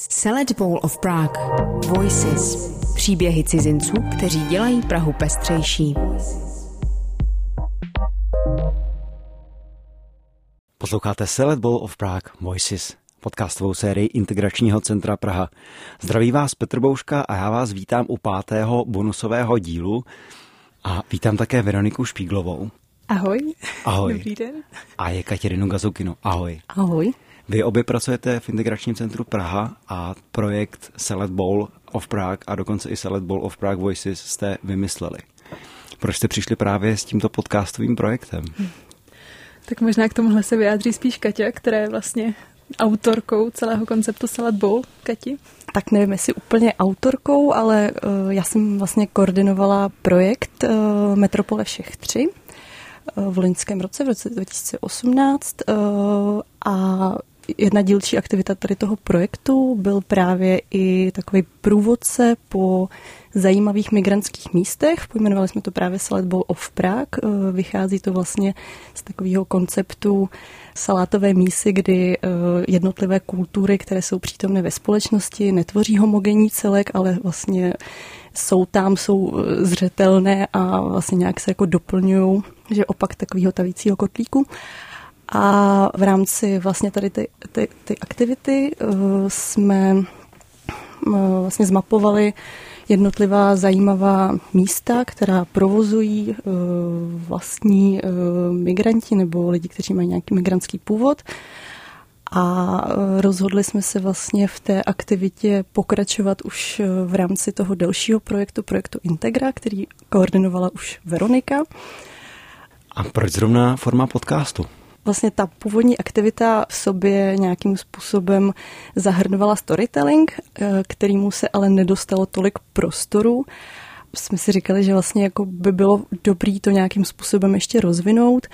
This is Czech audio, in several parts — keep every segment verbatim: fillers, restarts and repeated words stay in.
Salad Bowl of Prague. Voices. Příběhy cizinců, kteří dělají Prahu pestřejší. Posloucháte Salad Bowl of Prague Voices, podcastovou sérii Integračního centra Praha. Zdraví vás Petr Bouška a já vás vítám u pátého bonusového dílu a vítám také Veroniku Špíglovou. Ahoj. Ahoj. Dobrý den. A je Kateřinu Gazukinu. Ahoj. Ahoj. Vy obě pracujete v Integračním centru Praha a projekt Salad Bowl of Prague a dokonce i Salad Bowl of Prague Voices jste vymysleli. Proč jste přišli právě s tímto podcastovým projektem? Hm. Tak možná k tomuhle se vyjádří spíš Kaťa, která je vlastně autorkou celého konceptu Salad Bowl. Kati? Tak nevím, jestli úplně autorkou, ale uh, já jsem vlastně koordinovala projekt uh, Metropole všech tři uh, v loňském roce, v roce dva tisíce osmnáct uh, a jedna dílčí aktivita tady toho projektu byl právě i takový průvodce po zajímavých migrantských místech. Pojmenovali jsme to právě Salad Bowl of Prague. Vychází to vlastně z takového konceptu salátové mísy, kdy jednotlivé kultury, které jsou přítomné ve společnosti, netvoří homogenní celek, ale vlastně jsou tam, jsou zřetelné a vlastně nějak se jako doplňují, že opak takového tavícího kotlíku. A v rámci vlastně tady ty, ty, ty aktivity uh, jsme uh, vlastně zmapovali jednotlivá zajímavá místa, která provozují uh, vlastní uh, migranti nebo lidi, kteří mají nějaký migrantský původ. A uh, rozhodli jsme se vlastně v té aktivitě pokračovat už uh, v rámci toho delšího projektu, projektu Integra, který koordinovala už Veronika. A proč zrovna forma podcastu? Vlastně ta původní aktivita v sobě nějakým způsobem zahrnovala storytelling, kterému se ale nedostalo tolik prostoru. Jsme si říkali, že vlastně jako by bylo dobré to nějakým způsobem ještě rozvinout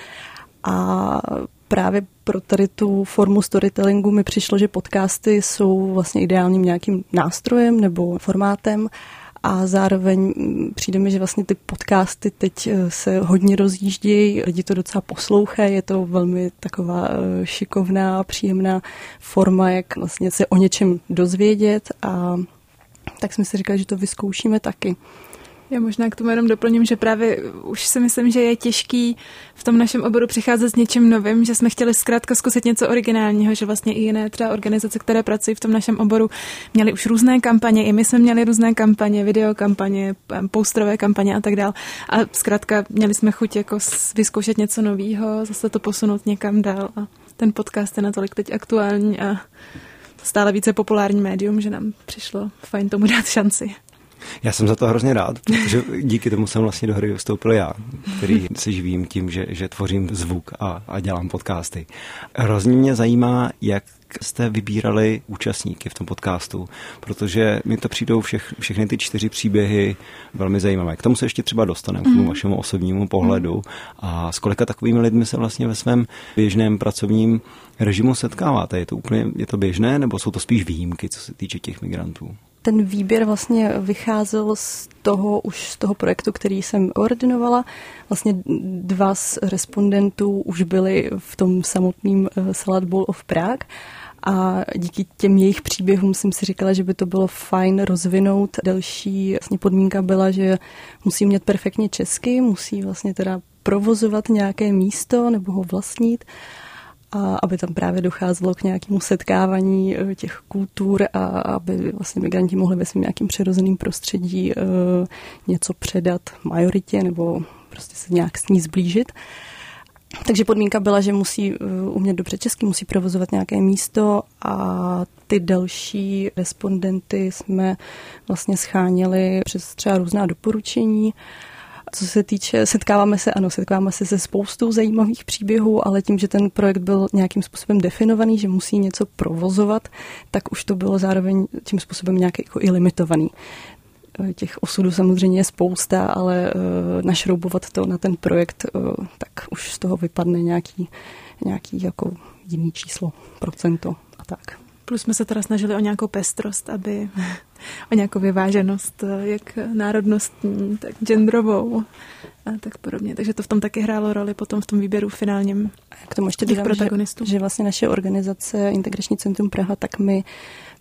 a právě pro tady tu formu storytellingu mi přišlo, že podcasty jsou vlastně ideálním nějakým nástrojem nebo formátem. A zároveň přijde mi, že vlastně ty podcasty teď se hodně rozjíždějí, lidi to docela poslouchají, je to velmi taková šikovná, příjemná forma, jak vlastně se o něčem dozvědět a tak jsme si říkali, že to vyzkoušíme taky. Já možná k tomu jenom doplním, že právě už si myslím, že je těžký v tom našem oboru přicházet s něčím novým, že jsme chtěli zkrátka zkusit něco originálního, že vlastně i jiné třeba organizace, které pracují v tom našem oboru, měly už různé kampaně, i my jsme měli různé kampaně, videokampaně, posterové kampaně a tak dál. A zkrátka měli jsme chuť jako vyzkoušet něco nového, zase to posunout někam dál a ten podcast je natolik teď aktuální a stále více populární médium, že nám přišlo fajn tomu dát šanci. Já jsem za to hrozně rád, protože díky tomu jsem vlastně do hry vstoupil já, který se živím tím, že, že tvořím zvuk a, a dělám podcasty. Hrozně mě zajímá, jak jste vybírali účastníky v tom podcastu, protože mi to přijdou všech, všechny ty čtyři příběhy velmi zajímavé. K tomu se ještě třeba dostaneme, k tomu vašemu osobnímu pohledu a s kolika takovými lidmi se vlastně ve svém běžném pracovním režimu setkáváte. Je to úplně je to běžné, nebo jsou to spíš výjimky, co se týče těch migrantů? Ten výběr vlastně vycházel z toho, už z toho projektu, který jsem koordinovala. Vlastně dva z respondentů už byli v tom samotném Salad Bowl of Prague a díky těm jejich příběhům jsem si říkala, že by to bylo fajn rozvinout. Další vlastně podmínka byla, že musí umět perfektně česky, musí vlastně teda provozovat nějaké místo nebo ho vlastnit. A aby tam právě docházelo k nějakému setkávání těch kultur a aby vlastně migranti mohli ve svém nějakým přirozeným prostředí uh, něco předat majoritě nebo prostě se nějak s ní zblížit. Takže podmínka byla, že musí uh, umět dobře česky, musí provozovat nějaké místo a ty další respondenty jsme vlastně scháněli přes třeba různá doporučení. Co se týče, setkáváme se, ano, setkáváme se se spoustou zajímavých příběhů, ale tím, že ten projekt byl nějakým způsobem definovaný, že musí něco provozovat, tak už to bylo zároveň tím způsobem nějak jako i limitovaný. Těch osudů samozřejmě je spousta, ale uh, našroubovat to na ten projekt, uh, tak už z toho vypadne nějaký, nějaký jako jiný číslo, procento a tak. Plus jsme se teda snažili o nějakou pestrost, aby o nějakou vyváženost, jak národnostní, tak genderovou a tak podobně. Takže to v tom taky hrálo roli potom v tom výběru finálním. K tomu ještě dodám, protagonistů. Že, že vlastně naše organizace Integrační centrum Praha, tak my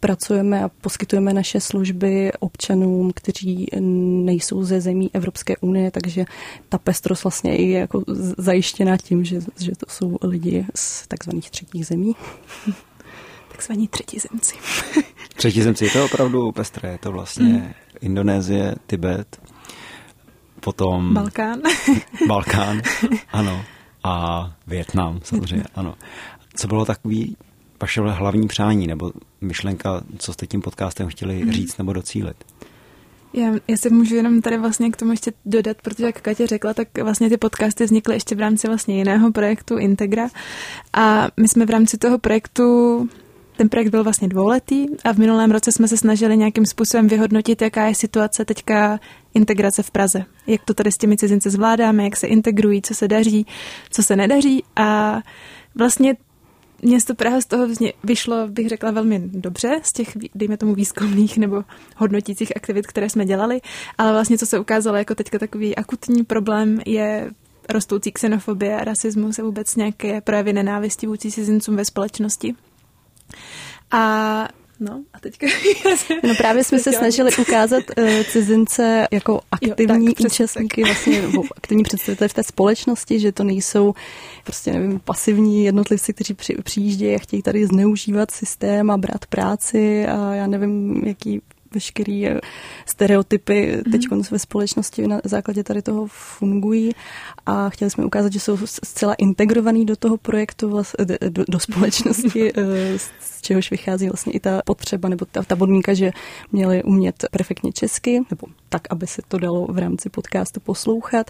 pracujeme a poskytujeme naše služby občanům, kteří nejsou ze zemí Evropské unie, takže ta pestrost vlastně je jako zajištěná tím, že, že to jsou lidi z takzvaných třetích zemí. Takzvaní třetizemci. Třetizemci, je to opravdu pestré, je to vlastně mm. Indonésie, Tibet, potom... Balkán. Balkán, ano. A Vietnam, samozřejmě, ano. Co bylo takový vaše hlavní přání, nebo myšlenka, co jste tím podcastem chtěli mm. říct nebo docílit? Já, já se můžu jenom tady vlastně k tomu ještě dodat, protože jak Katě řekla, tak vlastně ty podcasty vznikly ještě v rámci vlastně jiného projektu Integra a my jsme v rámci toho projektu, ten projekt byl vlastně dvouletý a v minulém roce jsme se snažili nějakým způsobem vyhodnotit, jaká je situace teďka integrace v Praze. Jak to tady s těmi cizinci zvládáme, jak se integrují, co se daří, co se nedaří a vlastně město Praha z toho vyšlo, bych řekla, velmi dobře z těch, dejme tomu, výzkumných nebo hodnotících aktivit, které jsme dělali, ale vlastně co se ukázalo jako teďka takový akutní problém je rostoucí xenofobie, rasismus a vůbec nějaké projevy nenávisti vůči cizincům ve společnosti. A no, a teďka... No právě jsme se snažili ukázat uh, cizince jako aktivní jo, tak, účastníky, vlastně, nebo aktivní představitelé v té společnosti, že to nejsou prostě, nevím, pasivní jednotlivci, kteří při, přijíždějí a chtějí tady zneužívat systém a brát práci a já nevím, jaký veškerý stereotypy mm-hmm. teď ve společnosti na základě tady toho fungují a chtěli jsme ukázat, že jsou zcela integrovaný do toho projektu, do, do společnosti, z čehož vychází vlastně i ta potřeba nebo ta, ta podmínka, že měli umět perfektně česky, nebo tak, aby se to dalo v rámci podcastu poslouchat.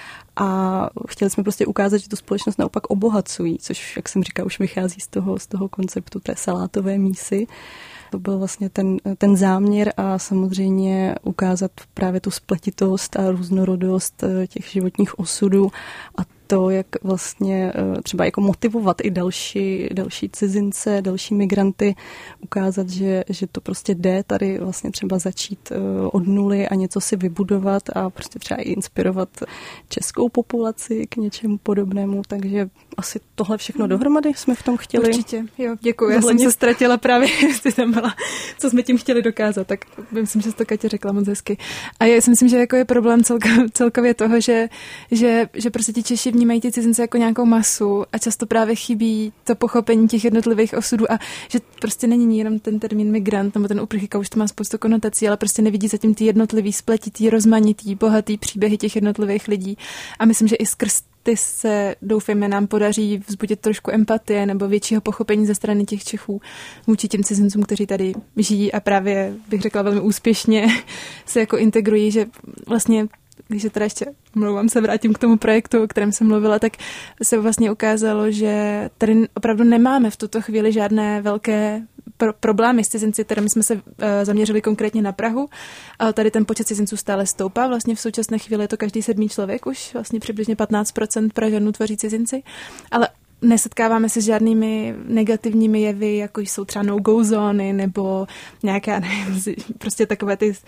A chtěli jsme prostě ukázat, že tu společnost naopak obohacují, což, jak jsem říkala, už vychází z toho, z toho konceptu té salátové mísy. To byl vlastně ten, ten záměr a samozřejmě ukázat právě tu spletitost a různorodost těch životních osudů a to, jak vlastně třeba jako motivovat i další, další cizince, další migranty, ukázat, že, že to prostě jde tady vlastně třeba začít od nuly a něco si vybudovat a prostě třeba i inspirovat českou populaci k něčemu podobnému, takže asi tohle všechno dohromady jsme v tom chtěli. Určitě, jo, děkuji, já jsem se ztratila právě, jestli tam byla, co jsme tím chtěli dokázat, tak myslím, že jsi to Katě řekla moc hezky. A já si myslím, že jako je problém celkově, celkově toho, že, že, že prostě ti Češi vnímají ty cizince jako nějakou masu a často právě chybí to pochopení těch jednotlivých osudů a že prostě není jenom ten termín migrant nebo ten uprchlík, už to má spoustu konotací, ale prostě nevidí zatím ty jednotlivý, spletitý, rozmanitý, bohatý příběhy těch jednotlivých lidí. A myslím, že i skrz ty se, doufejme, nám podaří vzbudit trošku empatie nebo většího pochopení ze strany těch Čechů vůči těm cizincům, kteří tady žijí a právě, bych řekla, velmi úspěšně se jako integrují, že vlastně když se teda ještě, mluvám se, vrátím k tomu projektu, o kterém jsem mluvila, tak se vlastně ukázalo, že tady opravdu nemáme v tuto chvíli žádné velké pro- problémy s cizinci, které my jsme se uh, zaměřili konkrétně na Prahu. A tady ten počet cizinců stále stoupá. Vlastně v současné chvíli je to každý sedmý člověk, už vlastně přibližně patnáct procent Pražanů tvoří cizinci. Ale nesetkáváme se s žádnými negativními jevy, jako jsou třeba no-go zóny nebo nějaké, nevím, prostě takové ty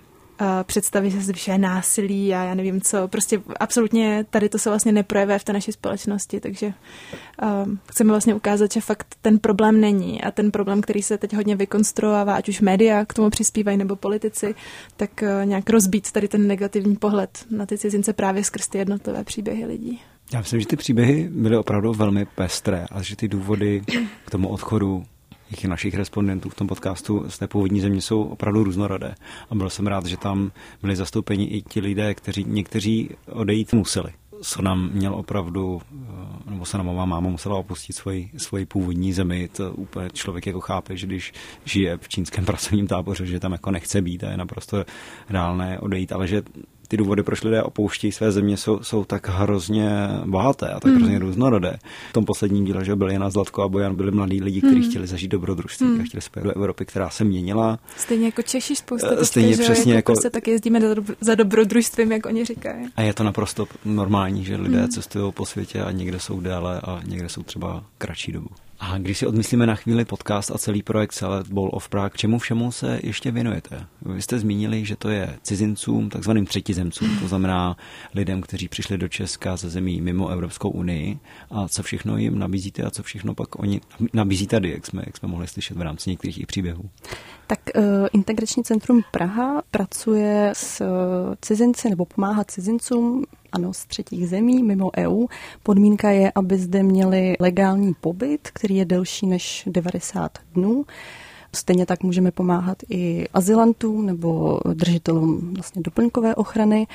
představy, že se zvyšuje násilí a já nevím co. Prostě absolutně tady to se vlastně neprojevuje v té naší společnosti, takže uh, chceme vlastně ukázat, že fakt ten problém není a ten problém, který se teď hodně vykonstruovává, ať už média k tomu přispívají nebo politici, tak uh, nějak rozbít tady ten negativní pohled na ty cizince právě skrz ty jednotlivé příběhy lidí. Já myslím, že ty příběhy byly opravdu velmi pestré a že ty důvody k tomu odchodu těch našich respondentů v tom podcastu z té původní země jsou opravdu různorodé. A byl jsem rád, že tam byli zastoupeni i ti lidé, kteří někteří odejít museli. Sonam měl opravdu, nebo Sonamová máma musela opustit svoji, svoji původní zemi. To úplně člověk jako chápe, že když žije v čínském pracovním táboře, že tam jako nechce být a je naprosto reálné odejít, ale že ty důvody, proč lidé opouštějí své země, jsou, jsou tak hrozně bohaté a tak mm. hrozně různorodé. V tom posledním díle, že byli Jana Zlatko a Bojan, byli mladí lidi, kteří mm. chtěli zažít dobrodružství mm. a chtěli se do Evropy, která se měnila. Stejně jako Češi spousta teďka, Stejně že přesně jako, jako prostě tak jezdíme za, za dobrodružstvím, jak oni říkají. A je to naprosto normální, že lidé mm. cestují po světě a někde jsou déle a někde jsou třeba kratší dobu. A když si odmyslíme na chvíli podcast a celý projekt Salad Bowl of Prague, čemu všemu se ještě věnujete? Vy jste zmínili, že to je cizincům, takzvaným třetizemcům, to znamená lidem, kteří přišli do Česka ze zemí mimo Evropskou unii. A co všechno jim nabízíte a co všechno pak oni nabízí tady, jak jsme, jak jsme mohli slyšet v rámci některých i příběhů? Tak uh, Integrační centrum Praha pracuje s cizinci nebo pomáhá cizincům, ano, z třetích zemí mimo E U. Podmínka je, aby zde měli legální pobyt, který je delší než devadesát dnů. Stejně tak můžeme pomáhat i azylantům nebo držitelům vlastně doplňkové ochrany.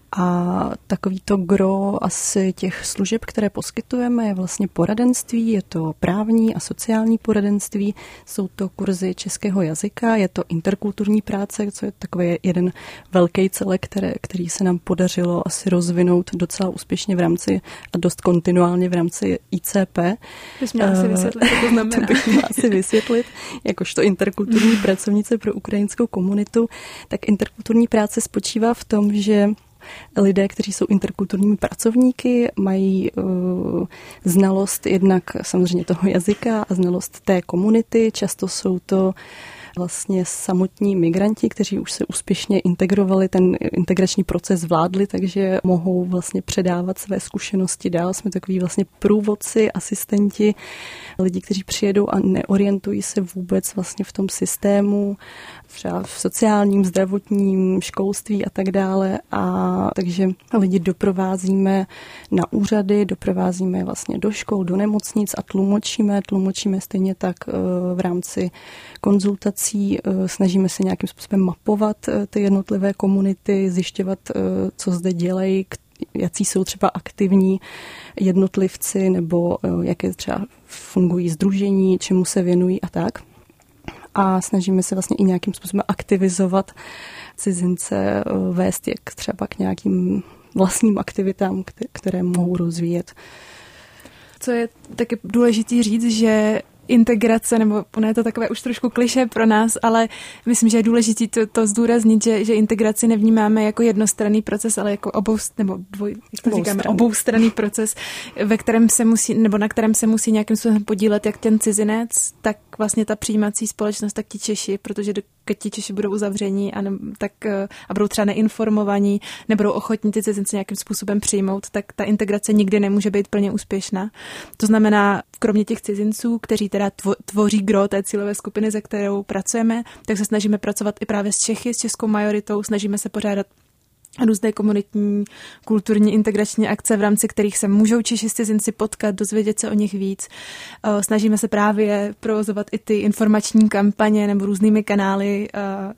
A takový to gro asi těch služeb, které poskytujeme, je vlastně poradenství, je to právní a sociální poradenství, jsou to kurzy českého jazyka, je to interkulturní práce, co je takový jeden velký celek, které, který se nám podařilo asi rozvinout docela úspěšně v rámci a dost kontinuálně v rámci I C P. Bys měla asi vysvětlit, co to znamená. To bych měla asi vysvětlit, jakožto interkulturní pracovnice pro ukrajinskou komunitu, tak interkulturní práce spočívá v tom, že lidé, kteří jsou interkulturními pracovníky, mají uh, znalost jednak samozřejmě toho jazyka a znalost té komunity. Často jsou to vlastně samotní migranti, kteří už se úspěšně integrovali, ten integrační proces zvládli, takže mohou vlastně předávat své zkušenosti dál. Jsme takový vlastně průvodci, asistenti, lidi, kteří přijedou a neorientují se vůbec vlastně v tom systému, třeba v sociálním, zdravotním, školství a tak dále. A takže lidi doprovázíme na úřady, doprovázíme vlastně do škol, do nemocnic a tlumočíme. Tlumočíme stejně tak v rámci konzultací, snažíme se nějakým způsobem mapovat ty jednotlivé komunity, zjišťovat, co zde dělají, jaký jsou třeba aktivní jednotlivci nebo jaké třeba fungují sdružení, čemu se věnují a tak. A snažíme se vlastně i nějakým způsobem aktivizovat cizince, vést je třeba k nějakým vlastním aktivitám, které mohou rozvíjet. Co je taky důležitý říct, že integrace, nebo ono je to takové už trošku klišé pro nás, ale myslím, že je důležité to, to zdůraznit, že, že integraci nevnímáme jako jednostranný proces, ale jako obou, nebo dvoj, jak to říkáme, oboustranný proces, ve kterém se musí, nebo na kterém se musí nějakým způsobem podílet jak ten cizinec, tak vlastně ta přijímací společnost, tak ti Češi, protože když ti Češi budou uzavření a, ne, tak, a budou třeba neinformovaní, nebudou ochotní ty cizince nějakým způsobem přijmout, tak ta integrace nikdy nemůže být plně úspěšná. To znamená, kromě těch cizinců, kteří teda tvoří gro té cílové skupiny, ze kterou pracujeme, tak se snažíme pracovat i právě s Čechy, s českou majoritou, snažíme se pořádat různé komunitní, kulturní, integrační akce, v rámci kterých se můžou Češi s cizinci potkat, dozvědět se o nich víc. Snažíme se právě provozovat i ty informační kampaně nebo různými kanály,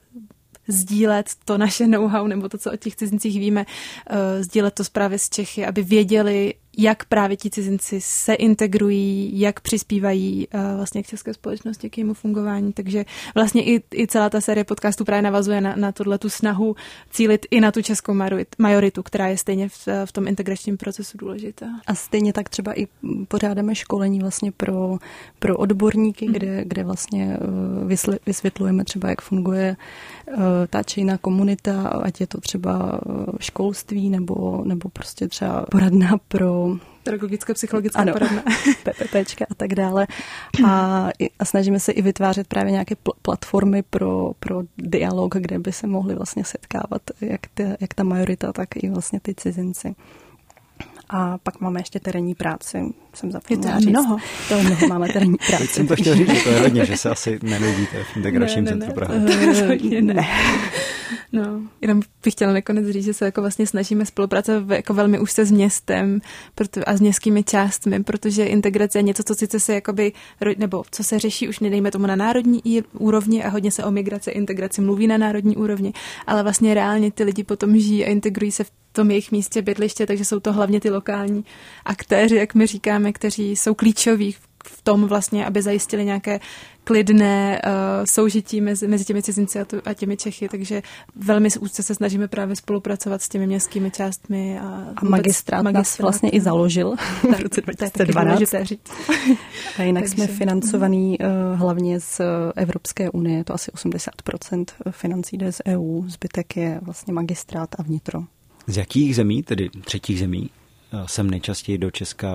sdílet to naše know-how nebo to, co o těch cizincích víme, sdílet to právě s Čechy, aby věděli, jak právě ti cizinci se integrují, jak přispívají uh, vlastně k české společnosti, k jejímu fungování. Takže vlastně i, i celá ta série podcastů právě navazuje na, na tohle tu snahu cílit i na tu českou majoritu, která je stejně v, v tom integračním procesu důležitá. A stejně tak třeba i pořádáme školení vlastně pro, pro odborníky, mm. kde, kde vlastně uh, vysvětlujeme třeba, jak funguje uh, ta čejná komunita, ať je to třeba školství nebo, nebo prostě třeba poradna pro pedagogická, psychologická poradna. PPPčka a tak dále. A, a snažíme se i vytvářet právě nějaké pl- platformy pro, pro dialog, kde by se mohli vlastně setkávat jak, ty, jak ta majorita, tak i vlastně ty cizinci. A pak máme ještě terénní práci. Jsem zapomněla říct. Mnoho. To je mnoho, máme terénní práci. Teď jsem to chtěl říct, že to je hodně, že se asi nenudíte v integračním ne, ne, centru ne, Praha. Ne, ne. No, jenom bych chtěla nakonec říct, že se jako vlastně snažíme spolupracovat jako velmi úzce s městem a s městskými částmi, protože integrace je něco, co sice se jakoby, nebo co se řeší už nedejme tomu na národní úrovni a hodně se o migraci a integraci mluví na národní úrovni, ale vlastně reálně ty lidi potom žijí a integrují se v tom jejich místě bydliště, takže jsou to hlavně ty lokální aktéři, jak my říkáme, kteří jsou klíčoví v tom vlastně, aby zajistili nějaké klidné uh, soužití mezi, mezi těmi cizinci a, tu, a těmi Čechy, takže velmi úzce se snažíme právě spolupracovat s těmi městskými částmi. A, a magistrát, magistrát nás vlastně i založil v roce dva tisíce dvanáct. A jinak takže jsme financovaní uh, hlavně z Evropské unie, to asi osmdesát procent financí jde z E U, zbytek je vlastně magistrát a vnitro. Z jakých zemí, tedy třetích zemí, sem nejčastěji do Česka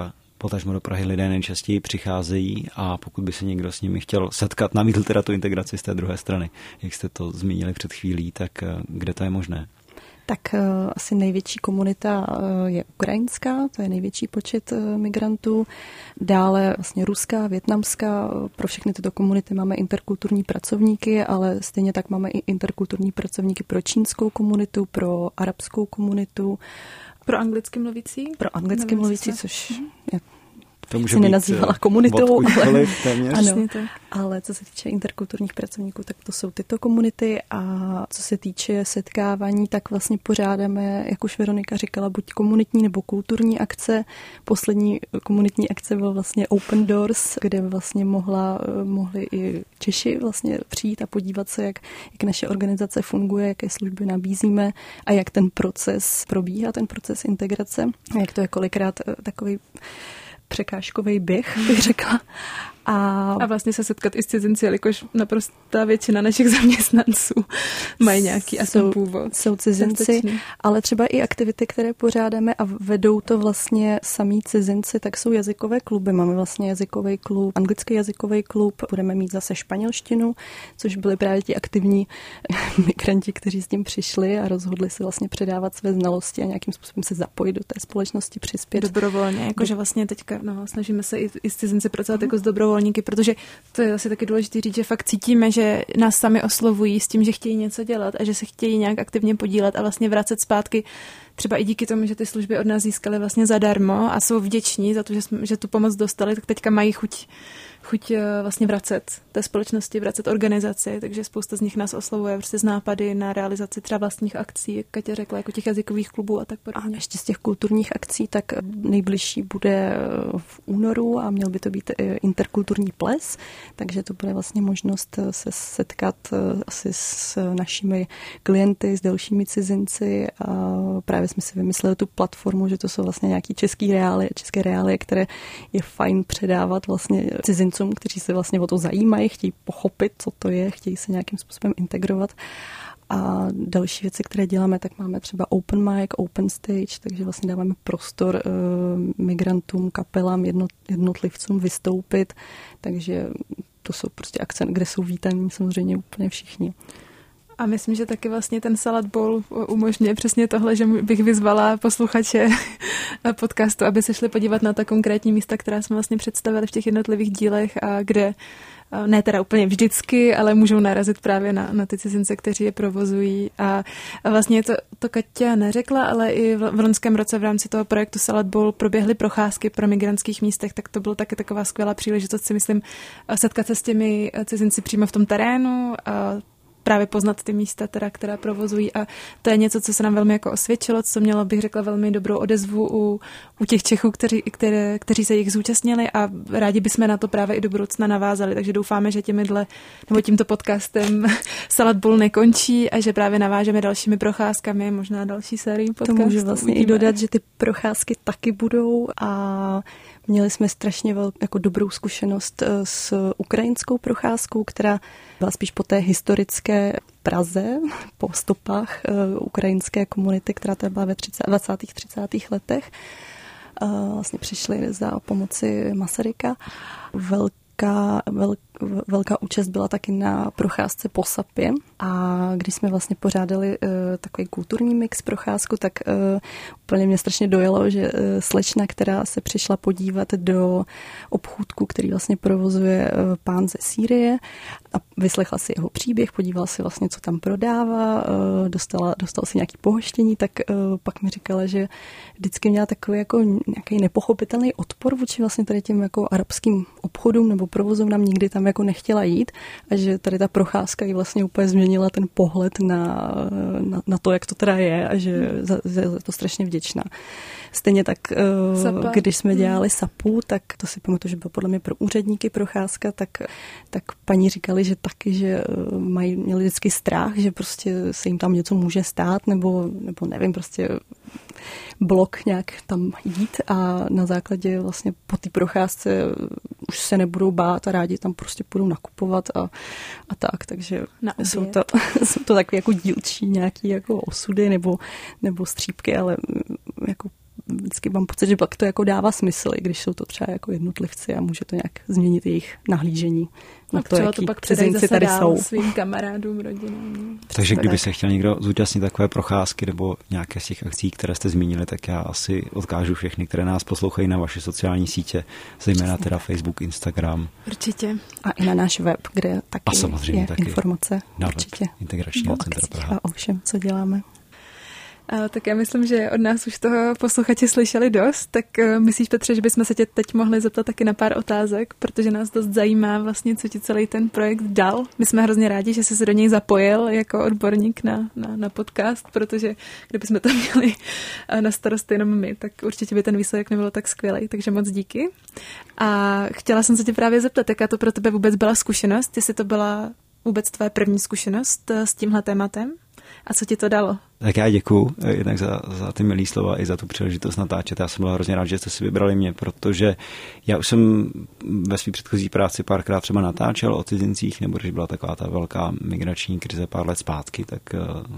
potažmo do Prahy lidé nejčastěji přicházejí a pokud by se někdo s nimi chtěl setkat, nabídl teda tu integraci z té druhé strany, jak jste to zmínili před chvílí, tak kde to je možné? Tak uh, asi největší komunita uh, je ukrajinská, to je největší počet uh, migrantů. Dále vlastně ruská, vietnamská, pro všechny tyto komunity máme interkulturní pracovníky, ale stejně tak máme i interkulturní pracovníky pro čínskou komunitu, pro arabskou komunitu. Pro anglicky mluvící? Pro anglicky mluvící, což je... To může si nenazývala komunitou, ale, ano, ale co se týče interkulturních pracovníků, tak to jsou tyto komunity a co se týče setkávání, tak vlastně pořádáme, jak už Veronika říkala, buď komunitní nebo kulturní akce. Poslední komunitní akce byl vlastně Open Doors, kde vlastně mohla, mohli i Češi vlastně přijít a podívat se, jak, jak naše organizace funguje, jaké služby nabízíme a jak ten proces probíhá, ten proces integrace. Jak to je kolikrát takový překážkový běh, bych řekla. A... a vlastně se setkat i s cizinci, jelikož naprostá většina našich zaměstnanců mají nějaký asi původ. Jsou cizinci, Zastečný. Ale třeba i aktivity, které pořádáme a vedou to vlastně samí cizinci, tak jsou jazykové kluby. Máme vlastně jazykový klub, anglický jazykový klub, budeme mít zase španělštinu, což byli právě ti aktivní migranti, kteří s tím přišli a rozhodli se vlastně předávat své znalosti a nějakým způsobem se zapojit do té společnosti, přispět. Dobrovolně, jakože vlastně teďka no, snažíme se i, i s cizinci pracovat mm. jako s dobrovolníky, protože to je asi taky důležité říct, že fakt cítíme, že nás sami oslovují s tím, že chtějí něco dělat a že se chtějí nějak aktivně podílet a vlastně vracet zpátky třeba i díky tomu, že ty služby od nás získali vlastně zadarmo a jsou vděční za to, že, jsme, že tu pomoc dostali, tak teďka mají chuť, chuť vlastně vracet té společnosti, vracet organizaci, takže spousta z nich nás oslovuje prostě z nápady na realizaci třeba vlastních akcí, jak Katě řekla, jako těch jazykových klubů a tak podobně. A ještě z těch kulturních akcí, tak nejbližší bude v únoru a měl by to být interkulturní ples, takže to bude vlastně možnost se setkat asi s našimi klienty, s dalšími cizinci a právě jsme si vymysleli tu platformu, že to jsou vlastně nějaký český reálie, české reálie, které je fajn předávat vlastně cizincům, kteří se vlastně o to zajímají, chtějí pochopit, co to je, chtějí se nějakým způsobem integrovat. A další věci, které děláme, tak máme třeba open mic, open stage, takže vlastně dáváme prostor uh, migrantům, kapelám, jednot, jednotlivcům vystoupit, takže to jsou prostě akce, kde jsou vítaní samozřejmě úplně všichni. A myslím, že taky vlastně ten Salad Bowl umožňuje přesně tohle, že bych vyzvala posluchače podcastu, aby se šli podívat na ta konkrétní místa, která jsme vlastně představili v těch jednotlivých dílech a kde ne teda úplně vždycky, ale můžou narazit právě na, na ty cizince, kteří je provozují. A, a vlastně to, to Kaťa neřekla, ale i v, v loňském roce v rámci toho projektu Salad Bowl proběhly procházky pro migrantských místech, tak to bylo taky taková skvělá příležitost, si myslím, setkat se s těmi cizinci přímo v tom terénu a právě poznat ty místa, teda, která provozují a to je něco, co se nám velmi jako osvědčilo, co mělo, bych řekla, velmi dobrou odezvu u, u těch Čechů, kteří, které, kteří se jich zúčastnili a rádi bychom na to právě i do budoucna navázali, takže doufáme, že těmidle, nebo tímto podcastem Salad Bowl nekončí a že právě navážeme dalšími procházkami, možná další sérii podcastů. To můžu vlastně i dodat, že ty procházky taky budou a měli jsme strašně velkou jako dobrou zkušenost s ukrajinskou procházkou, která byla spíš po té historické Praze, po stopách uh, ukrajinské komunity, která tady byla ve dvacátých třicátých letech. Uh, vlastně přišli za pomoci Masaryka. Velká, vel, velká účast byla taky na procházce po Sapě a když jsme vlastně pořádali uh, takový kulturní mix procházku, tak uh, úplně mě strašně dojelo, že uh, slečna, která se přišla podívat do obchůdku, který vlastně provozuje uh, pán ze Sýrie a vyslechla si jeho příběh, podívala si vlastně, co tam prodává, uh, dostala, dostala si nějaký pohoštění, tak uh, pak mi říkala, že vždycky měla takový jako nějaký nepochopitelný odpor vůči vlastně tady těm jako arabským obchodům nebo provozovnám, nikdy tam jako nechtěla jít a že tady ta procházka jí vlastně úplně změnila ten pohled na, na, na to, jak to teda je a že za, za to strašně vděčná. Stejně tak, Sapa. Když jsme dělali Sapu, tak to si pamatuju, že bylo podle mě pro úředníky procházka, tak, tak paní říkali, že taky, že mají, měli vždycky strach, že prostě se jim tam něco může stát, nebo, nebo nevím, prostě blok nějak tam jít a na základě vlastně po té procházce už se nebudou bát a rádi tam prostě budou nakupovat a, a tak, takže jsou to, jsou to takové jako dílčí nějaké jako osudy nebo, nebo střípky, ale jako vždycky mám pocit, že pak to jako dává smysl, i když jsou to třeba jako jednotlivci a může to nějak změnit jejich nahlížení na to, jaký to pak cizinci tady jsou. Svým kamarádům, rodinám. Takže kdyby se chtěl někdo zúčastnit takové procházky nebo nějaké z těch akcí, které jste zmínili, tak já asi odkážu všechny, které nás poslouchají na vaše sociální sítě, zejména teda Facebook, Instagram. Určitě. A i na náš web, kde taky a samozřejmě je taky informace. Na určitě. Integračního centra Praha. A o všem, co děláme. A tak já myslím, že od nás už toho posluchači slyšeli dost, tak uh, myslíš, Petře, že bychom se tě teď mohli zeptat taky na pár otázek, protože nás dost zajímá vlastně, co ti celý ten projekt dal. My jsme hrozně rádi, že jsi se do něj zapojil jako odborník na, na, na podcast, protože kdybychom to měli na starost jenom my, tak určitě by ten výsledek nebyl tak skvělý, takže moc díky. A chtěla jsem se tě právě zeptat, jaká to pro tebe vůbec byla zkušenost, jestli to byla vůbec tvoje první zkušenost s tímhle tématem? A co ti to dalo? Tak já děkuju jednak za, za ty milý slova i za tu příležitost natáčet. Já jsem byl hrozně rád, že jste si vybrali mě, protože já už jsem ve své předchozí práci párkrát třeba natáčel o cizincích, nebo když byla taková ta velká migrační krize pár let zpátky, tak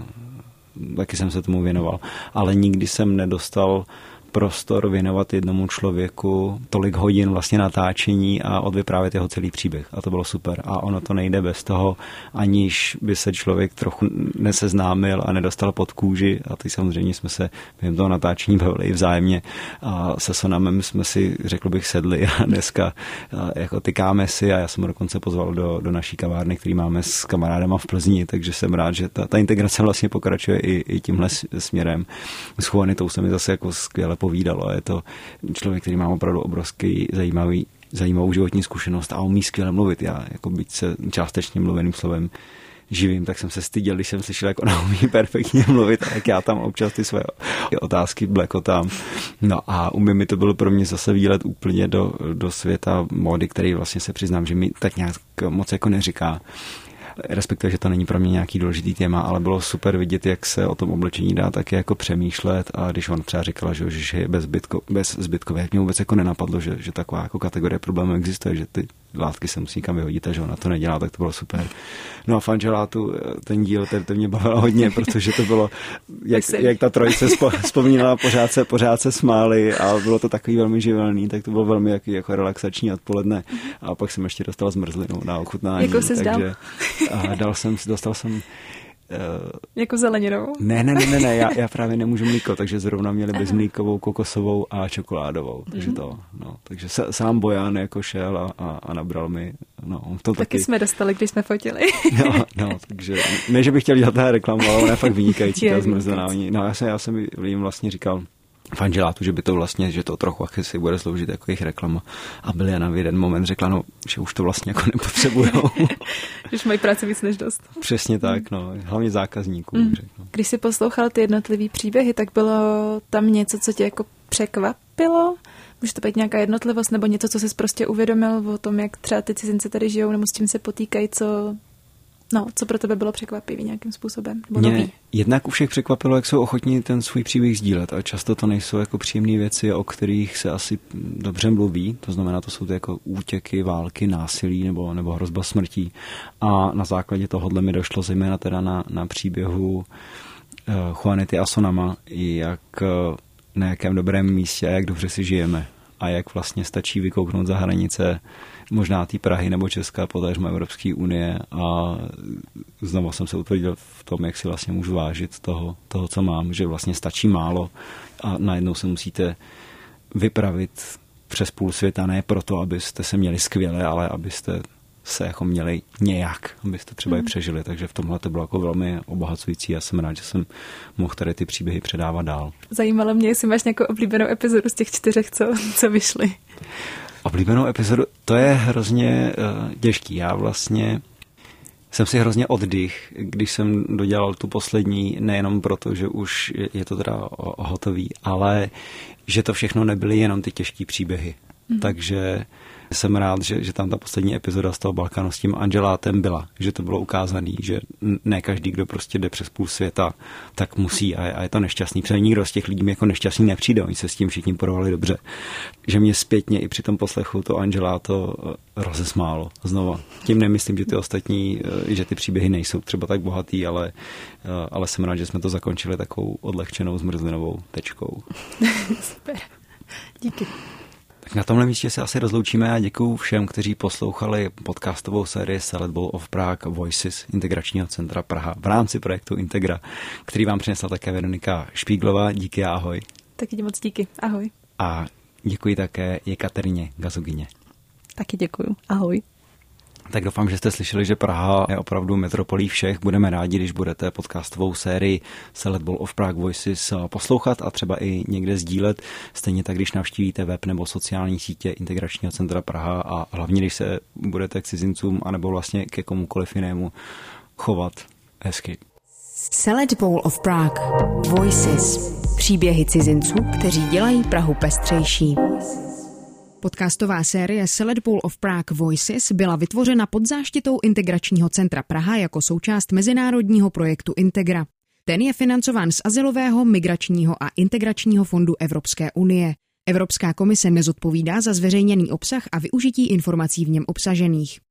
uh, taky jsem se tomu věnoval. Ale nikdy jsem nedostal prostor věnovat jednomu člověku tolik hodin vlastně natáčení a odvyprávět jeho celý příběh. A to bylo super. A ono to nejde bez toho, aniž by se člověk trochu neseznámil a nedostal pod kůži. A teď samozřejmě jsme se během toho natáčení bavili i vzájemně. A se Sonamem jsme si, řekl bych, sedli a dneska jako tykáme si a já jsem ho dokonce pozval do, do naší kavárny, který máme s kamarádama v Plzni, takže jsem rád, že ta, ta integrace vlastně pokračuje i, i tímhle směrem. S Juanitou se mi zase jako skvěle povídalo. Je to člověk, který má opravdu obrovský zajímavý, zajímavou životní zkušenost a umí skvěle mluvit. Já jako byť se částečně mluveným slovem živím, tak jsem se styděl, když jsem slyšel, jak ona umí perfektně mluvit a jak já tam občas ty své otázky blekotám. No a u mi to bylo pro mě zase výlet úplně do, do světa módy, který vlastně se přiznám, že mi tak nějak moc jako neříká. Respektive, že to není pro mě nějaký důležitý téma, ale bylo super vidět, jak se o tom oblečení dá taky jako přemýšlet a když on třeba říkala, že, že je bez, zbytko, bez zbytkové, jak mě vůbec jako nenapadlo, že, že taková jako kategorie problémů existuje, že ty látky se musí kam vyhodit a že ona to nedělá, tak to bylo super. No a Fangelátu, ten díl, ten, ten mě bavil hodně, protože to bylo, jak, jak ta trojice spo, vzpomínala, pořád se, pořád se smáli a bylo to takový velmi živelný, tak to bylo velmi jaký, jako relaxační odpoledne a pak jsem ještě dostal zmrzlinu na ochutnání. Jakou jsi takže a dal jsem, dostal jsem uh, jako zeleninovou? Ne, ne, ne, ne, ne já, já právě nemůžu mlíko, takže zrovna měli bezmlíkovou, kokosovou a čokoládovou, takže to, no, takže sám Bojan jako šel a, a, a nabral mi, no, to taky. Taky jsme dostali, když jsme fotili. No, no, takže, ne, že bych chtěl dělat tady reklamu, ale ona je fakt vynikající, ta zmrzlená. No, já jsem, já jsem jim vlastně říkal, Fangelátu, že by to vlastně, že to trochu si bude sloužit jako jejich reklama. A Biliana v jeden moment řekla, no, že už to vlastně jako nepotřebujou. Už mají práci víc než dost. Přesně tak, no. Hlavně zákazníků. Mm. Když jsi poslouchal ty jednotlivý příběhy, tak bylo tam něco, co tě jako překvapilo? Může to být nějaká jednotlivost nebo něco, co jsi prostě uvědomil o tom, jak třeba ty cizinci tady žijou nebo s tím se potýkají, co... No, co pro tebe bylo překvapivý nějakým způsobem? Nebo Mě jednak u všech překvapilo, jak jsou ochotní ten svůj příběh sdílet. A často to nejsou jako příjemné věci, o kterých se asi dobře mluví. To znamená, to jsou ty jako útěky, války, násilí nebo, nebo hrozba smrtí. A na základě tohohle mi došlo zejména teda na, na příběhu uh, Juanity a Sonama, jak uh, na jakém dobrém místě a jak dobře si žijeme. A jak vlastně stačí vykouknout za hranice možná té Prahy nebo Česka, potažmo Evropské unie a znovu jsem se utvrdil v tom, jak si vlastně můžu vážit toho, toho, co mám, že vlastně stačí málo a najednou se musíte vypravit přes půl světa, ne proto, abyste se měli skvěle, ale abyste se jako měli nějak, abyste třeba mm. i přežili. Takže v tomhle to bylo jako velmi obohacující a jsem rád, že jsem mohl tady ty příběhy předávat dál. Zajímalo mě, jestli máš nějakou oblíbenou epizodu z těch čtyřech, co, co vyšly. Oblíbenou epizodu? To je hrozně uh, těžký. Já vlastně jsem si hrozně oddych, když jsem dodělal tu poslední, nejenom proto, že už je to teda hotový, ale že to všechno nebyly jenom ty těžké příběhy. Mm. Takže Jsem rád, že, že tam ta poslední epizoda z toho Balkánu s tím Angelátem byla, že to bylo ukázané, že ne každý, kdo prostě jde přes půl světa, tak musí a je, a je to nešťastný. Protože nikdo z těch lidí jako nešťastný nepřijde, oni se s tím všichni porovali dobře. Že mě zpětně i při tom poslechu to Angeláto rozesmálo znova. Tím nemyslím, že ty ostatní, že ty příběhy nejsou třeba tak bohatý, ale, ale jsem rád, že jsme to zakončili takovou odlehčenou zmrzlinovou tečkou. Super. Díky. Tak na tomhle místě se asi rozloučíme a děkuju všem, kteří poslouchali podcastovou sérii Salad Bowl of Prague Voices Integračního centra Praha v rámci projektu Integra, který vám přinesla také Veronika Špíglová. Díky a ahoj. Taky ti moc díky. Ahoj. A děkuji také Jekaterině Gazugině. Taky děkuju. Ahoj. Tak doufám, že jste slyšeli, že Praha je opravdu metropolí všech. Budeme rádi, když budete podcastovou sérii Salad Bowl of Prague Voices poslouchat a třeba i někde sdílet. Stejně tak, když navštívíte web nebo sociální sítě Integračního centra Praha a hlavně, když se budete k cizincům anebo vlastně ke komukoliv jinému chovat hezky. Salad Bowl of Prague Voices. Příběhy cizinců, kteří dělají Prahu pestřejší. Podcastová série Salad Bowl of Prague Voices byla vytvořena pod záštitou Integračního centra Praha jako součást mezinárodního projektu Integra. Ten je financován z Azylového, migračního a integračního fondu Evropské unie. Evropská komise nezodpovídá za zveřejněný obsah a využití informací v něm obsažených.